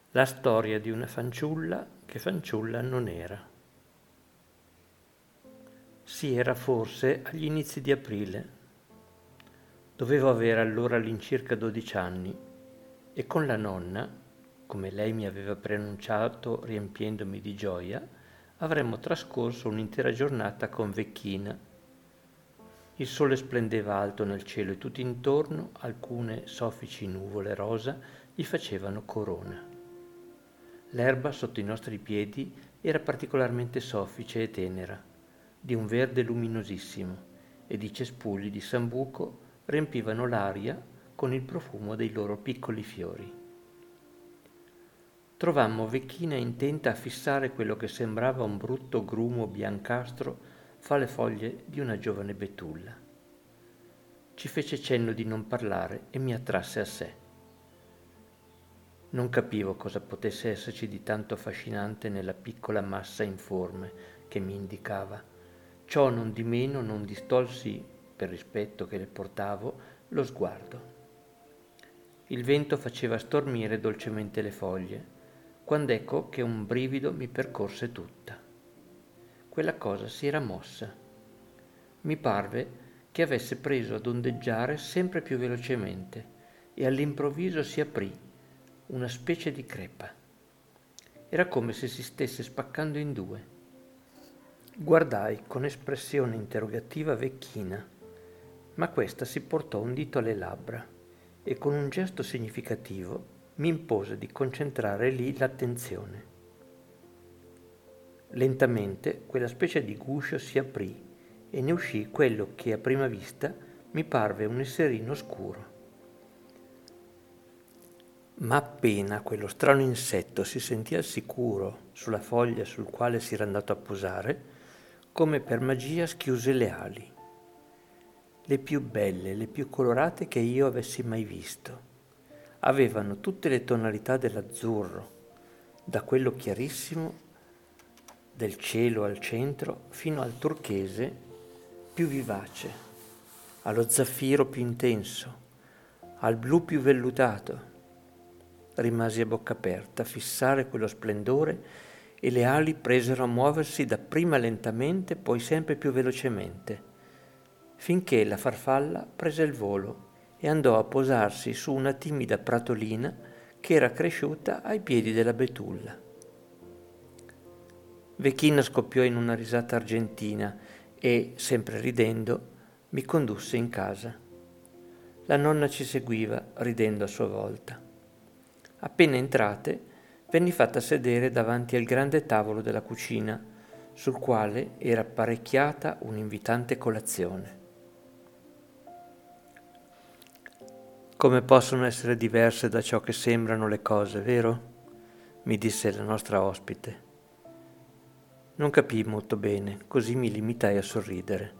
La storia di una fanciulla che fanciulla non era. Sì, era forse agli inizi di aprile. Dovevo avere allora all'incirca 12 anni e con la nonna, come lei mi aveva preannunciato riempiendomi di gioia, avremmo trascorso un'intera giornata con Vecchina. Il sole splendeva alto nel cielo e tutto intorno alcune soffici nuvole rosa gli facevano corona. L'erba sotto i nostri piedi era particolarmente soffice e tenera, di un verde luminosissimo, ed i cespugli di sambuco riempivano l'aria con il profumo dei loro piccoli fiori. Trovammo Vecchina intenta a fissare quello che sembrava un brutto grumo biancastro fra le foglie di una giovane betulla. Ci fece cenno di non parlare e mi attrasse a sé. Non capivo cosa potesse esserci di tanto affascinante nella piccola massa informe che mi indicava. Ciò non di meno non distolsi, per rispetto che le portavo, lo sguardo. Il vento faceva stormire dolcemente le foglie, quando ecco che un brivido mi percorse tutta. Quella cosa si era mossa. Mi parve che avesse preso ad ondeggiare sempre più velocemente e all'improvviso si aprì una specie di crepa. Era come se si stesse spaccando in due. Guardai con espressione interrogativa Vecchina, ma questa si portò un dito alle labbra e con un gesto significativo mi impose di concentrare lì l'attenzione. Lentamente quella specie di guscio si aprì e ne uscì quello che a prima vista mi parve un esserino scuro. Ma appena quello strano insetto si sentì al sicuro sulla foglia sul quale si era andato a posare, come per magia schiuse le ali, le più belle, le più colorate che io avessi mai visto. Avevano tutte le tonalità dell'azzurro, da quello chiarissimo del cielo al centro fino al turchese più vivace, allo zaffiro più intenso, al blu più vellutato. Rimasi a bocca aperta a fissare quello splendore e le ali presero a muoversi dapprima lentamente, poi sempre più velocemente, finché la farfalla prese il volo e andò a posarsi su una timida pratolina che era cresciuta ai piedi della betulla. Vecchina scoppiò in una risata argentina e, sempre ridendo, mi condusse in casa. La nonna ci seguiva, ridendo a sua volta. Appena entrate, venni fatta sedere davanti al grande tavolo della cucina, sul quale era apparecchiata un'invitante colazione. Come possono essere diverse da ciò che sembrano le cose, vero? Mi disse la nostra ospite. Non capii molto bene, così mi limitai a sorridere.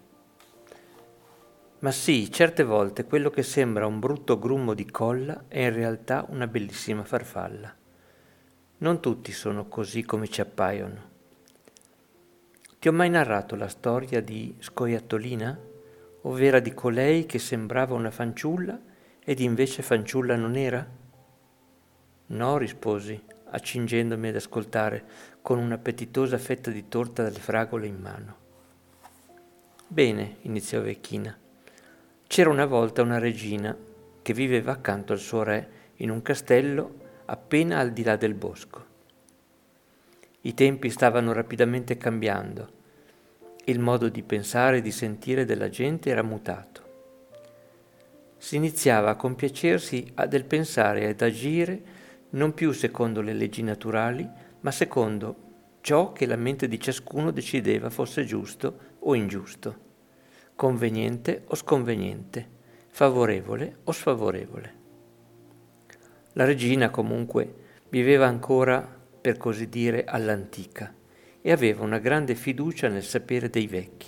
Ma sì, certe volte quello che sembra un brutto grumo di colla è in realtà una bellissima farfalla. Non tutti sono così come ci appaiono. Ti ho mai narrato la storia di Scoiattolina, ovvero di colei che sembrava una fanciulla ed invece fanciulla non era? No, risposi, accingendomi ad ascoltare con un'appetitosa fetta di torta dalle fragole in mano. Bene, iniziò Vecchina. C'era una volta una regina che viveva accanto al suo re in un castello appena al di là del bosco. I tempi stavano rapidamente cambiando. Il modo di pensare e di sentire della gente era mutato. Si iniziava a compiacersi del pensare ed agire non più secondo le leggi naturali, ma secondo ciò che la mente di ciascuno decideva fosse giusto o ingiusto, conveniente o sconveniente, favorevole o sfavorevole. La regina, comunque, viveva ancora, per così dire, all'antica e aveva una grande fiducia nel sapere dei vecchi.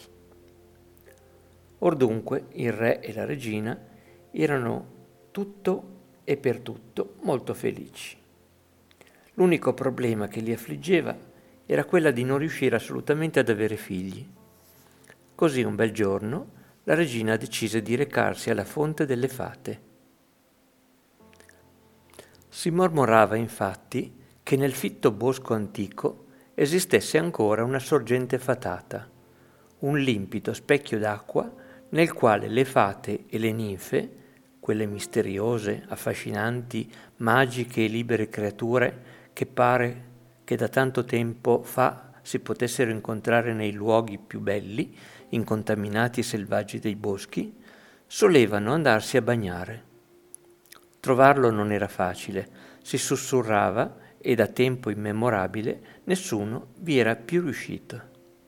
Or dunque il re e la regina erano tutto e per tutto molto felici. L'unico problema che li affliggeva era quella di non riuscire assolutamente ad avere figli. Così un bel giorno la regina decise di recarsi alla fonte delle fate. Si mormorava infatti che nel fitto bosco antico esistesse ancora una sorgente fatata, un limpido specchio d'acqua nel quale le fate e le ninfe, quelle misteriose, affascinanti, magiche e libere creature che pare che da tanto tempo fa si potessero incontrare nei luoghi più belli, incontaminati e selvaggi dei boschi, solevano andarsi a bagnare. Trovarlo non era facile, si sussurrava e da tempo immemorabile nessuno vi era più riuscito.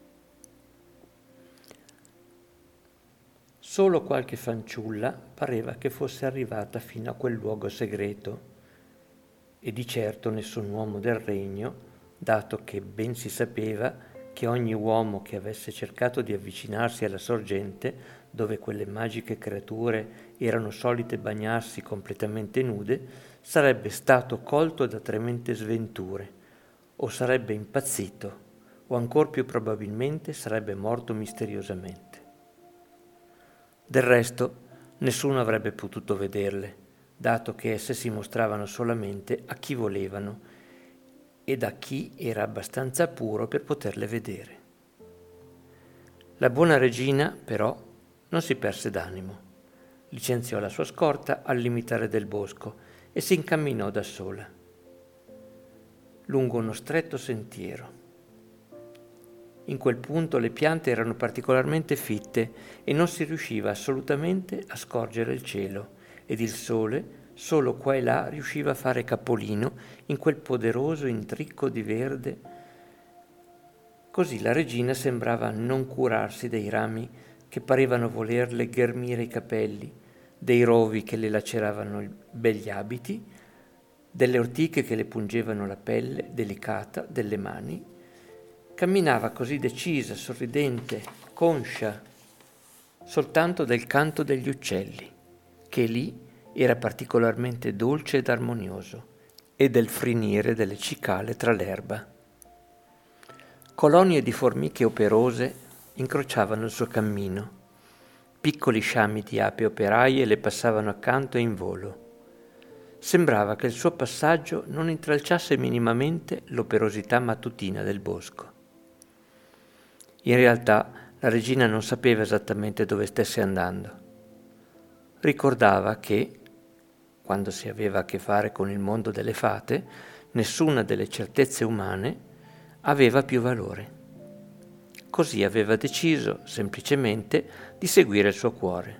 Solo qualche fanciulla pareva che fosse arrivata fino a quel luogo segreto, e di certo nessun uomo del regno, dato che ben si sapeva che ogni uomo che avesse cercato di avvicinarsi alla sorgente, dove quelle magiche creature erano solite bagnarsi completamente nude, sarebbe stato colto da tremende sventure, o sarebbe impazzito, o ancor più probabilmente sarebbe morto misteriosamente. Del resto, nessuno avrebbe potuto vederle, dato che esse si mostravano solamente a chi volevano e da chi era abbastanza puro per poterle vedere. La buona regina, però, non si perse d'animo. Licenziò la sua scorta al limitare del bosco e si incamminò da sola, lungo uno stretto sentiero. In quel punto le piante erano particolarmente fitte e non si riusciva assolutamente a scorgere il cielo, ed il sole, solo qua e là, riusciva a fare capolino in quel poderoso intricco di verde. Così la regina sembrava non curarsi dei rami che parevano volerle ghermire i capelli, dei rovi che le laceravano i begli abiti, delle ortiche che le pungevano la pelle delicata delle mani. Camminava così decisa, sorridente, conscia, soltanto del canto degli uccelli, che lì era particolarmente dolce ed armonioso, e del frinire delle cicale tra l'erba. Colonie di formiche operose incrociavano il suo cammino. Piccoli sciami di api operaie le passavano accanto in volo. Sembrava che il suo passaggio non intralciasse minimamente l'operosità mattutina del bosco. In realtà la regina non sapeva esattamente dove stesse andando. Ricordava che, quando si aveva a che fare con il mondo delle fate, nessuna delle certezze umane aveva più valore. Così aveva deciso, semplicemente, di seguire il suo cuore.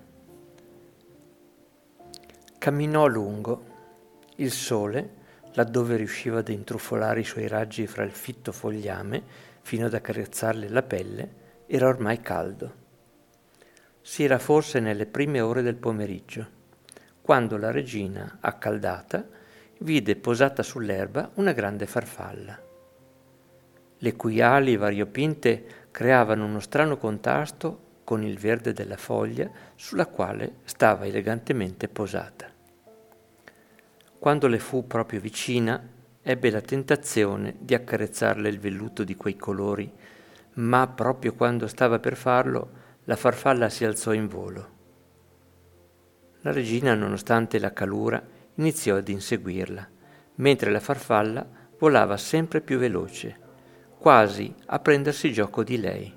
Camminò a lungo. Il sole, laddove riusciva ad intrufolare i suoi raggi fra il fitto fogliame, fino ad accarezzarle la pelle, era ormai caldo. Si era forse nelle prime ore del pomeriggio, quando la regina, accaldata, vide posata sull'erba una grande farfalla, le cui ali variopinte creavano uno strano contrasto con il verde della foglia sulla quale stava elegantemente posata. Quando le fu proprio vicina, ebbe la tentazione di accarezzarle il velluto di quei colori, ma proprio quando stava per farlo, la farfalla si alzò in volo. La regina, nonostante la calura, iniziò ad inseguirla, mentre la farfalla volava sempre più veloce, quasi a prendersi gioco di lei.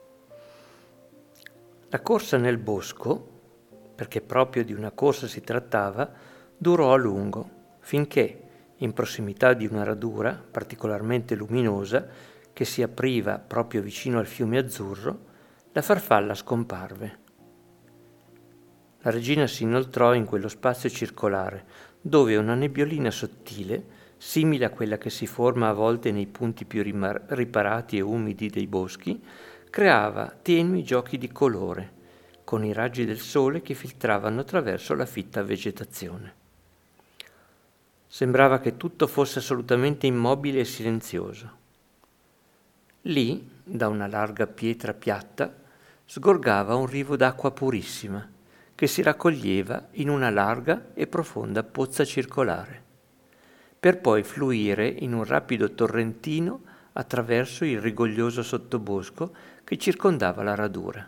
La corsa nel bosco, perché proprio di una corsa si trattava, durò a lungo, finché, in prossimità di una radura particolarmente luminosa che si apriva proprio vicino al fiume azzurro, la farfalla scomparve. La regina si inoltrò in quello spazio circolare, dove una nebbiolina sottile, simile a quella che si forma a volte nei punti più riparati e umidi dei boschi, creava tenui giochi di colore, con i raggi del sole che filtravano attraverso la fitta vegetazione. Sembrava che tutto fosse assolutamente immobile e silenzioso. Lì, da una larga pietra piatta, sgorgava un rivo d'acqua purissima, che si raccoglieva in una larga e profonda pozza circolare, per poi fluire in un rapido torrentino attraverso il rigoglioso sottobosco che circondava la radura.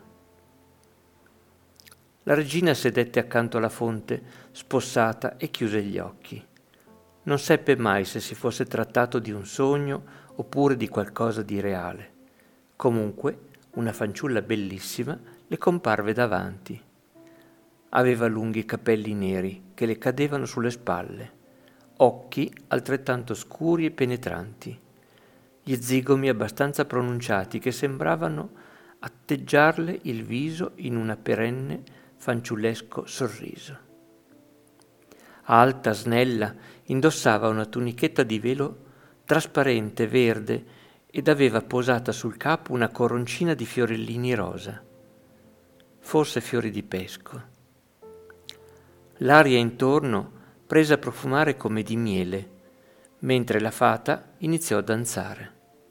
La regina sedette accanto alla fonte, spossata, e chiuse gli occhi. Non seppe mai se si fosse trattato di un sogno oppure di qualcosa di reale. Comunque, una fanciulla bellissima le comparve davanti. Aveva lunghi capelli neri che le cadevano sulle spalle, occhi altrettanto scuri e penetranti, gli zigomi abbastanza pronunciati che sembravano atteggiarle il viso in una perenne fanciullesco sorriso. Alta, snella, indossava una tunichetta di velo trasparente verde ed aveva posata sul capo una coroncina di fiorellini rosa, forse fiori di pesco. L'aria intorno prese a profumare come di miele, mentre la fata iniziò a danzare.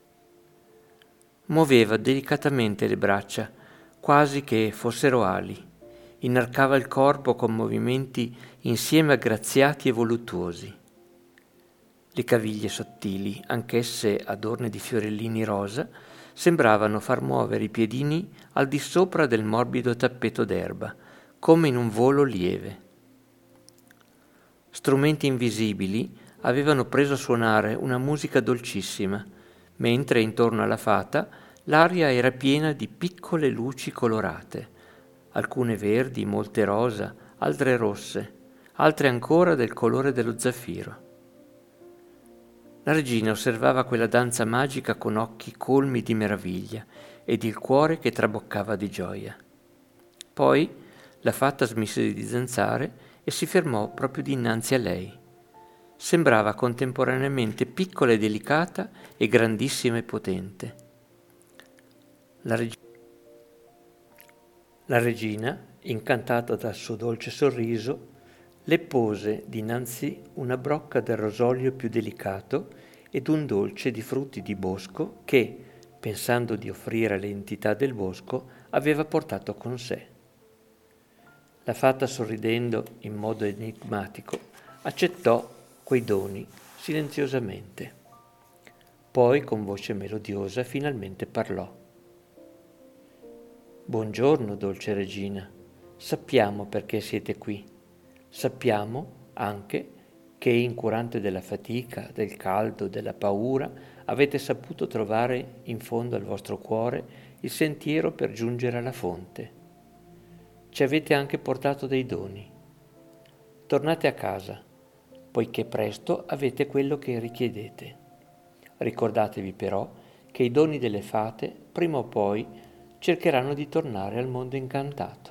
Muoveva delicatamente le braccia, quasi che fossero ali, inarcava il corpo con movimenti insieme aggraziati e voluttuosi. Le caviglie sottili, anch'esse adorne di fiorellini rosa, sembravano far muovere i piedini al di sopra del morbido tappeto d'erba, come in un volo lieve. Strumenti invisibili avevano preso a suonare una musica dolcissima, mentre intorno alla fata l'aria era piena di piccole luci colorate, alcune verdi, molte rosa, altre rosse, altre ancora del colore dello zaffiro. La regina osservava quella danza magica con occhi colmi di meraviglia ed il cuore che traboccava di gioia. Poi la fata smise di danzare e si fermò proprio dinanzi a lei. Sembrava contemporaneamente piccola e delicata e grandissima e potente. La regina, incantata dal suo dolce sorriso, le pose dinanzi una brocca del rosolio più delicato ed un dolce di frutti di bosco che, pensando di offrire alle entità del bosco, aveva portato con sé. La fata, sorridendo in modo enigmatico, accettò quei doni silenziosamente. Poi, con voce melodiosa, finalmente parlò. «Buongiorno, dolce regina. Sappiamo perché siete qui. Sappiamo anche che, incurante della fatica, del caldo, della paura, avete saputo trovare in fondo al vostro cuore il sentiero per giungere alla fonte. Ci avete anche portato dei doni. Tornate a casa, poiché presto avete quello che richiedete. Ricordatevi però che i doni delle fate prima o poi cercheranno di tornare al mondo incantato».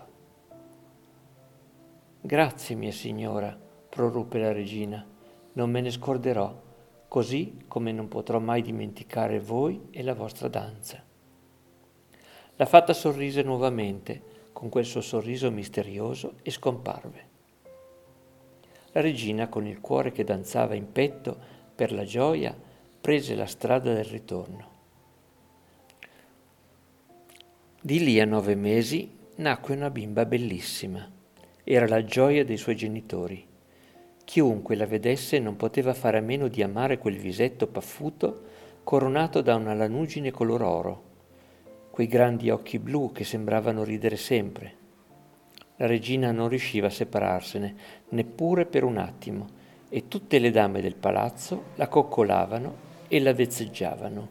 «Grazie, mia signora», proruppe la regina, «non me ne scorderò, così come non potrò mai dimenticare voi e la vostra danza». La fata sorrise nuovamente, con quel suo sorriso misterioso, e scomparve. La regina, con il cuore che danzava in petto per la gioia, prese la strada del ritorno. Di lì a 9 mesi nacque una bimba bellissima. Era la gioia dei suoi genitori. Chiunque la vedesse non poteva fare a meno di amare quel visetto paffuto coronato da una lanugine color oro, quei grandi occhi blu che sembravano ridere sempre. La regina non riusciva a separarsene, neppure per un attimo, e tutte le dame del palazzo la coccolavano e la vezzeggiavano.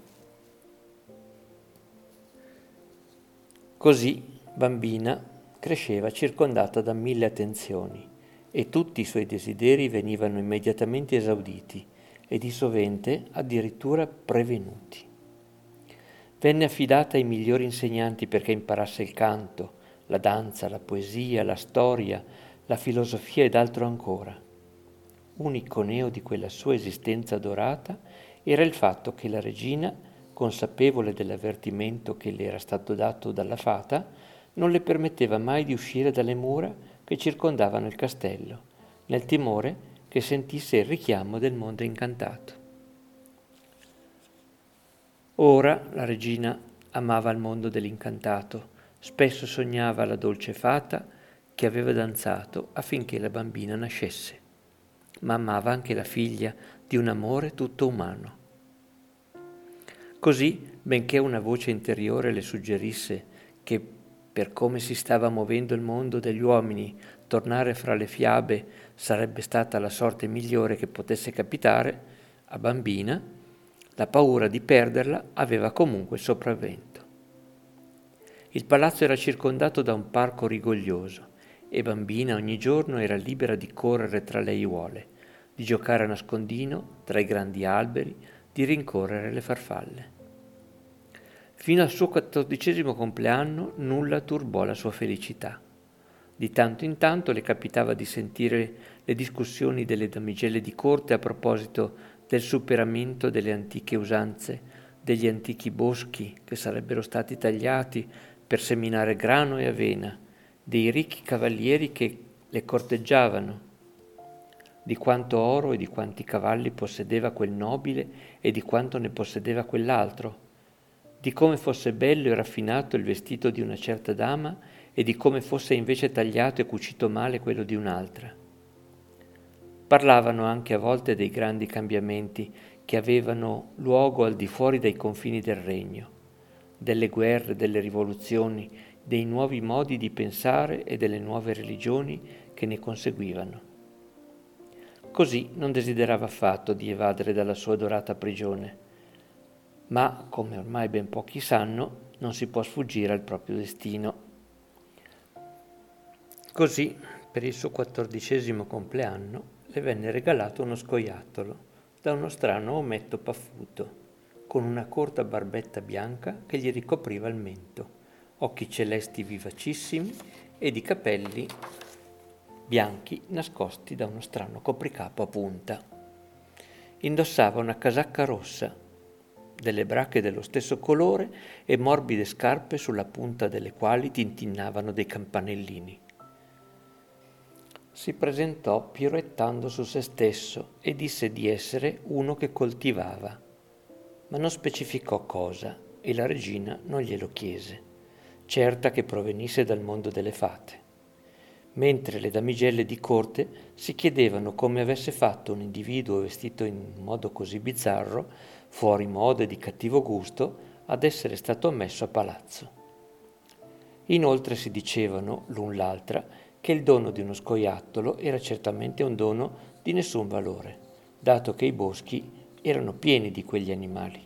Così, bambina, cresceva circondata da 1000 attenzioni, e tutti i suoi desideri venivano immediatamente esauditi e di sovente addirittura prevenuti. Venne affidata ai migliori insegnanti perché imparasse il canto, la danza, la poesia, la storia, la filosofia ed altro ancora. Unico neo di quella sua esistenza dorata era il fatto che la regina, consapevole dell'avvertimento che le era stato dato dalla fata, non le permetteva mai di uscire dalle mura che circondavano il castello, nel timore che sentisse il richiamo del mondo incantato. Ora la regina amava il mondo dell'incantato, spesso sognava la dolce fata che aveva danzato affinché la bambina nascesse, ma amava anche la figlia di un amore tutto umano. Così, benché una voce interiore le suggerisse che per come si stava muovendo il mondo degli uomini, tornare fra le fiabe sarebbe stata la sorte migliore che potesse capitare, a Bambina la paura di perderla aveva comunque il sopravvento. Il palazzo era circondato da un parco rigoglioso e Bambina ogni giorno era libera di correre tra le aiuole, di giocare a nascondino tra i grandi alberi, di rincorrere le farfalle. Fino al suo 14° compleanno nulla turbò la sua felicità. Di tanto in tanto le capitava di sentire le discussioni delle damigelle di corte a proposito del superamento delle antiche usanze, degli antichi boschi che sarebbero stati tagliati per seminare grano e avena, dei ricchi cavalieri che le corteggiavano, di quanto oro e di quanti cavalli possedeva quel nobile e di quanto ne possedeva quell'altro, di come fosse bello e raffinato il vestito di una certa dama e di come fosse invece tagliato e cucito male quello di un'altra. Parlavano anche a volte dei grandi cambiamenti che avevano luogo al di fuori dei confini del regno, delle guerre, delle rivoluzioni, dei nuovi modi di pensare e delle nuove religioni che ne conseguivano. Così non desiderava affatto di evadere dalla sua dorata prigione, ma, come ormai ben pochi sanno, non si può sfuggire al proprio destino. Così, per il suo 14° compleanno, le venne regalato uno scoiattolo da uno strano ometto paffuto, con una corta barbetta bianca che gli ricopriva il mento, occhi celesti vivacissimi e di capelli bianchi nascosti da uno strano copricapo a punta. Indossava una casacca rossa, delle bracche dello stesso colore e morbide scarpe sulla punta delle quali tintinnavano dei campanellini. Si presentò piroettando su se stesso e disse di essere uno che coltivava, ma non specificò cosa e la regina non glielo chiese, certa che provenisse dal mondo delle fate, mentre le damigelle di corte si chiedevano come avesse fatto un individuo vestito in modo così bizzarro, fuori moda e di cattivo gusto, ad essere stato ammesso a palazzo. Inoltre si dicevano l'un l'altra che il dono di uno scoiattolo era certamente un dono di nessun valore, dato che i boschi erano pieni di quegli animali.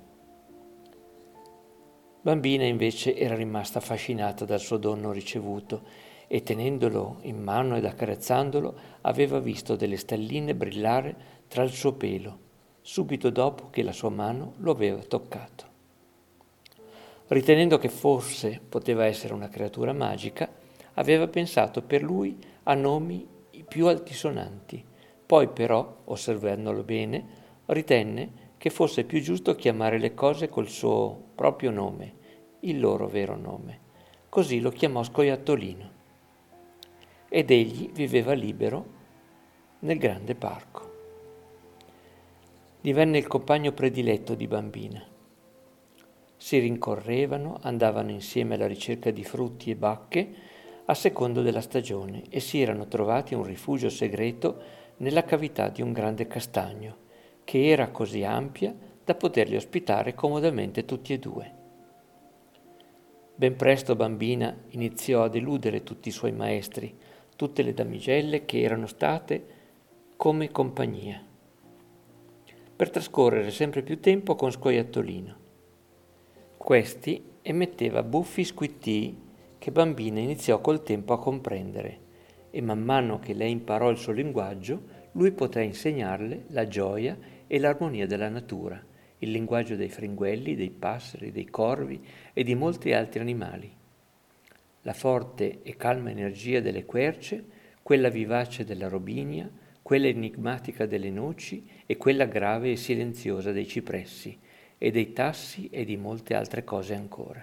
Bambina invece era rimasta affascinata dal suo dono ricevuto e tenendolo in mano ed accarezzandolo aveva visto delle stelline brillare tra il suo pelo, subito dopo che la sua mano lo aveva toccato. Ritenendo che forse poteva essere una creatura magica, aveva pensato per lui a nomi più altisonanti, poi però, osservandolo bene, ritenne che fosse più giusto chiamare le cose col suo proprio nome, il loro vero nome. Così lo chiamò Scoiattolino. Ed egli viveva libero nel grande parco. Divenne il compagno prediletto di Bambina. Si rincorrevano, andavano insieme alla ricerca di frutti e bacche a secondo della stagione e si erano trovati un rifugio segreto nella cavità di un grande castagno, che era così ampia da poterli ospitare comodamente tutti e due. Ben presto Bambina iniziò a deludere tutti i suoi maestri, tutte le damigelle che erano state come compagnia, per trascorrere sempre più tempo con Scoiattolino. Questi emetteva buffi squittii che Bambina iniziò col tempo a comprendere e man mano che lei imparò il suo linguaggio, lui poté insegnarle la gioia e l'armonia della natura, il linguaggio dei fringuelli, dei passeri, dei corvi e di molti altri animali. La forte e calma energia delle querce, quella vivace della robinia, quella enigmatica delle noci e quella grave e silenziosa dei cipressi e dei tassi e di molte altre cose ancora.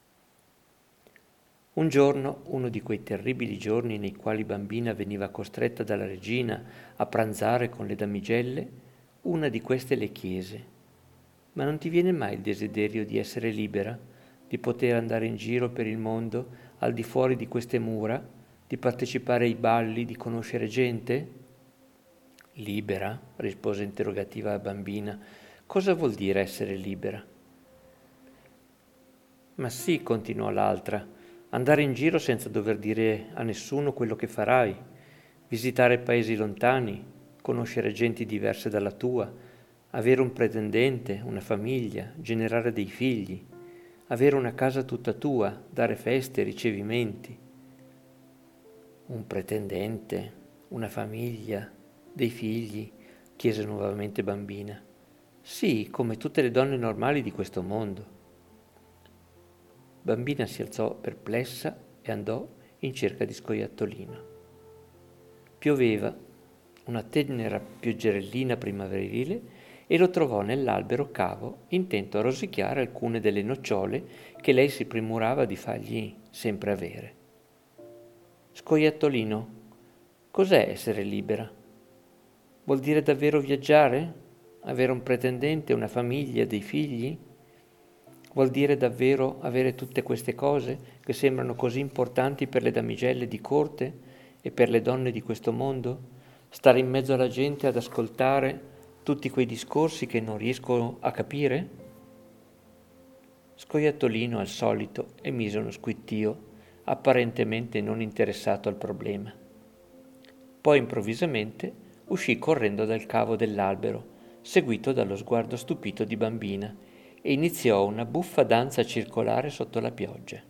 Un giorno, uno di quei terribili giorni nei quali Bambina veniva costretta dalla regina a pranzare con le damigelle, una di queste le chiese: «Ma non ti viene mai il desiderio di essere libera, di poter andare in giro per il mondo al di fuori di queste mura, di partecipare ai balli, di conoscere gente?» «Libera?» rispose interrogativa la Bambina. «Cosa vuol dire essere libera?» «Ma sì», continuò l'altra, andare in giro senza dover dire a nessuno quello che farai, visitare paesi lontani, conoscere genti diverse dalla tua, avere un pretendente, una famiglia, generare dei figli, avere una casa tutta tua, dare feste, ricevimenti. Un pretendente, una famiglia, dei figli, chiese nuovamente Bambina. Sì, come tutte le donne normali di questo mondo. Bambina si alzò perplessa e andò in cerca di Scoiattolino. Pioveva, una tenera pioggerellina primaverile, e lo trovò nell'albero cavo, intento a rosicchiare alcune delle nocciole che lei si premurava di fargli sempre avere. Scoiattolino, cos'è essere libera? Vuol dire davvero viaggiare? Avere un pretendente, una famiglia, dei figli? Vuol dire davvero avere tutte queste cose che sembrano così importanti per le damigelle di corte e per le donne di questo mondo? Stare in mezzo alla gente ad ascoltare tutti quei discorsi che non riesco a capire? Scoiattolino al solito emise uno squittio, apparentemente non interessato al problema. Poi improvvisamente uscì correndo dal cavo dell'albero, seguito dallo sguardo stupito di Bambina, e iniziò una buffa danza circolare sotto la pioggia.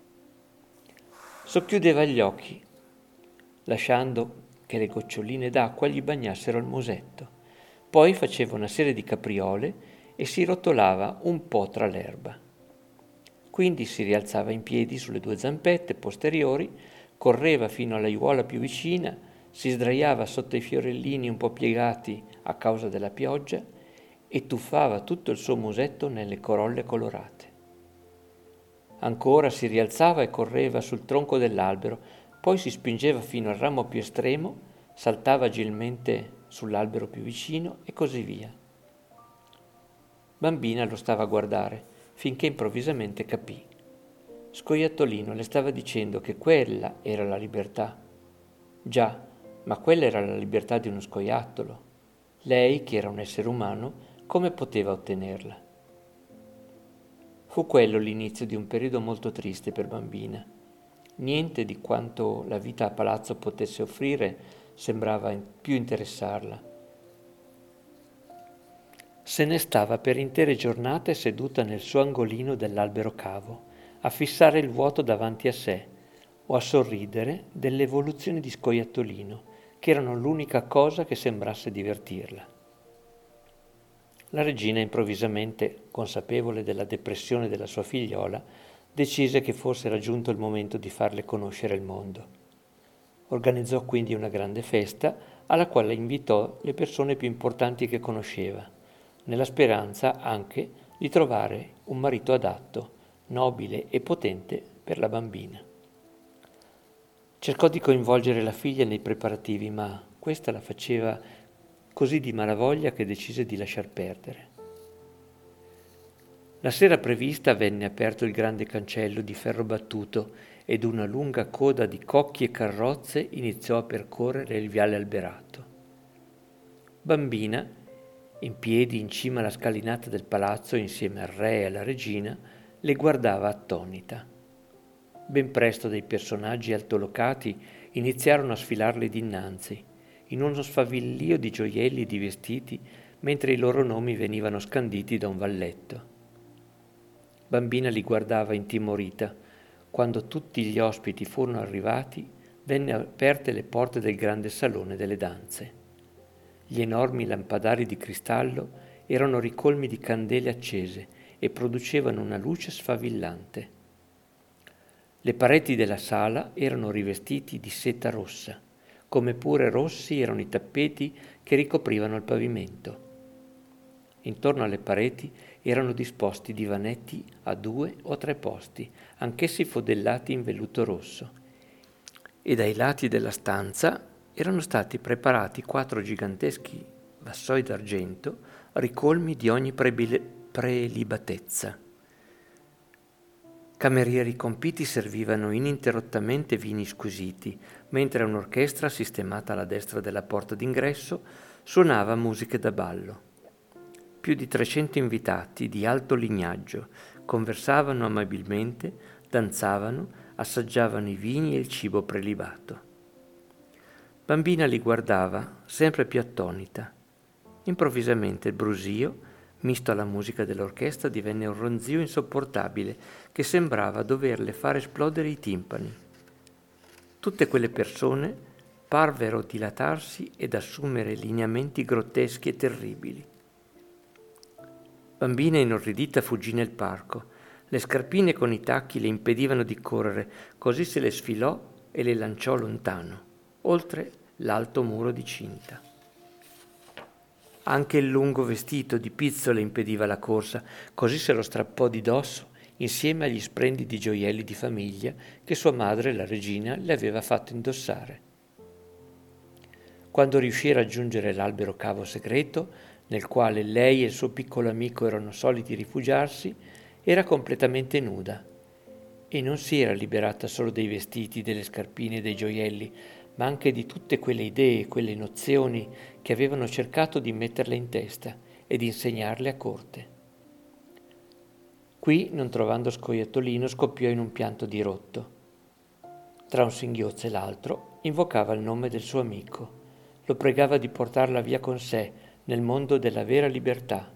Socchiudeva gli occhi, lasciando che le goccioline d'acqua gli bagnassero il musetto. Poi faceva una serie di capriole e si rotolava un po' tra l'erba. Quindi si rialzava in piedi sulle due zampette posteriori, correva fino all'aiuola più vicina, si sdraiava sotto i fiorellini un po' piegati a causa della pioggia e tuffava tutto il suo musetto nelle corolle colorate. Ancora si rialzava e correva sul tronco dell'albero, poi si spingeva fino al ramo più estremo, saltava agilmente sull'albero più vicino e così via. Bambina lo stava a guardare, finché improvvisamente capì. Scoiattolino le stava dicendo che quella era la libertà. Già, ma quella era la libertà di uno scoiattolo. Lei, che era un essere umano, come poteva ottenerla? Fu quello l'inizio di un periodo molto triste per Bambina. Niente di quanto la vita a palazzo potesse offrire sembrava più interessarla. Se ne stava per intere giornate seduta nel suo angolino dell'albero cavo, a fissare il vuoto davanti a sé o a sorridere delle evoluzioni di Scoiattolino, che erano l'unica cosa che sembrasse divertirla. La regina improvvisamente, consapevole della depressione della sua figliola, decise che forse era giunto il momento di farle conoscere il mondo. Organizzò quindi una grande festa alla quale invitò le persone più importanti che conosceva, nella speranza anche di trovare un marito adatto, nobile e potente per la bambina. Cercò di coinvolgere la figlia nei preparativi, ma questa la faceva così di malavoglia che decise di lasciar perdere. La sera prevista venne aperto il grande cancello di ferro battuto ed una lunga coda di cocchi e carrozze iniziò a percorrere il viale alberato. Bambina, in piedi in cima alla scalinata del palazzo insieme al re e alla regina, le guardava attonita. Ben presto dei personaggi altolocati iniziarono a sfilarle dinanzi, in uno sfavillio di gioielli e di vestiti, mentre i loro nomi venivano scanditi da un valletto. Bambina li guardava intimorita. Quando tutti gli ospiti furono arrivati, vennero aperte le porte del grande salone delle danze. Gli enormi lampadari di cristallo erano ricolmi di candele accese e producevano una luce sfavillante. Le pareti della sala erano rivestiti di seta rossa, come pure rossi erano i tappeti che ricoprivano il pavimento. Intorno alle pareti erano disposti divanetti a 2 o 3 posti, anch'essi fodellati in velluto rosso, e dai lati della stanza erano stati preparati 4 giganteschi vassoi d'argento ricolmi di ogni prelibatezza. Camerieri compiti servivano ininterrottamente vini squisiti, mentre un'orchestra sistemata alla destra della porta d'ingresso suonava musiche da ballo. Più di 300 invitati di alto lignaggio conversavano amabilmente, danzavano, assaggiavano i vini e il cibo prelibato. Bambina li guardava, sempre più attonita. Improvvisamente il brusio, misto alla musica dell'orchestra, divenne un ronzio insopportabile che sembrava doverle far esplodere i timpani. Tutte quelle persone parvero dilatarsi ed assumere lineamenti grotteschi e terribili. Bambina inorridita fuggì nel parco. Le scarpine con i tacchi le impedivano di correre, così se le sfilò e le lanciò lontano, oltre l'alto muro di cinta. Anche il lungo vestito di pizzo le impediva la corsa, così se lo strappò di dosso insieme agli splendidi gioielli di famiglia che sua madre, la regina, le aveva fatto indossare. Quando riuscì a raggiungere l'albero cavo segreto, nel quale lei e il suo piccolo amico erano soliti rifugiarsi, era completamente nuda e non si era liberata solo dei vestiti, delle scarpine e dei gioielli, ma anche di tutte quelle idee, quelle nozioni che avevano cercato di metterle in testa e di insegnarle a corte. Qui, non trovando scoiattolino, scoppiò in un pianto dirotto. Tra un singhiozzo e l'altro, invocava il nome del suo amico. Lo pregava di portarla via con sé, nel mondo della vera libertà.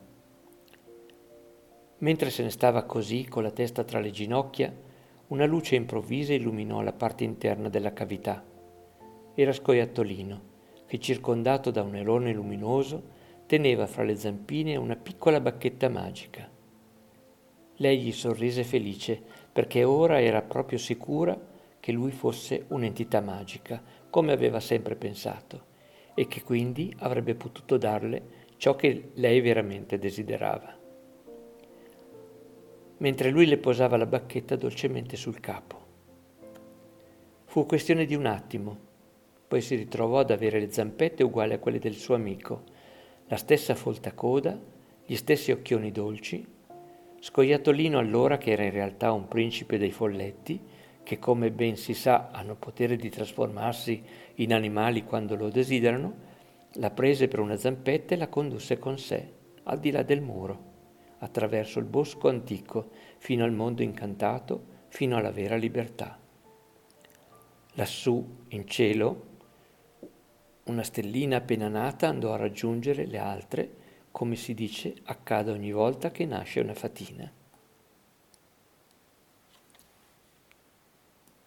Mentre se ne stava così, con la testa tra le ginocchia, una luce improvvisa illuminò la parte interna della cavità. Era Scoiattolino, che circondato da un elone luminoso, teneva fra le zampine una piccola bacchetta magica. Lei gli sorrise felice, perché ora era proprio sicura che lui fosse un'entità magica, come aveva sempre pensato, e che quindi avrebbe potuto darle ciò che lei veramente desiderava. Mentre lui le posava la bacchetta dolcemente sul capo. Fu questione di un attimo, poi si ritrovò ad avere le zampette uguali a quelle del suo amico, la stessa folta coda, gli stessi occhioni dolci. Scoiattolino allora, che era in realtà un principe dei folletti, che come ben si sa hanno potere di trasformarsi in animali quando lo desiderano, la prese per una zampetta e la condusse con sé, al di là del muro, attraverso il bosco antico, fino al mondo incantato, fino alla vera libertà. Lassù, in cielo, una stellina appena nata andò a raggiungere le altre, come si dice accade ogni volta che nasce una fatina.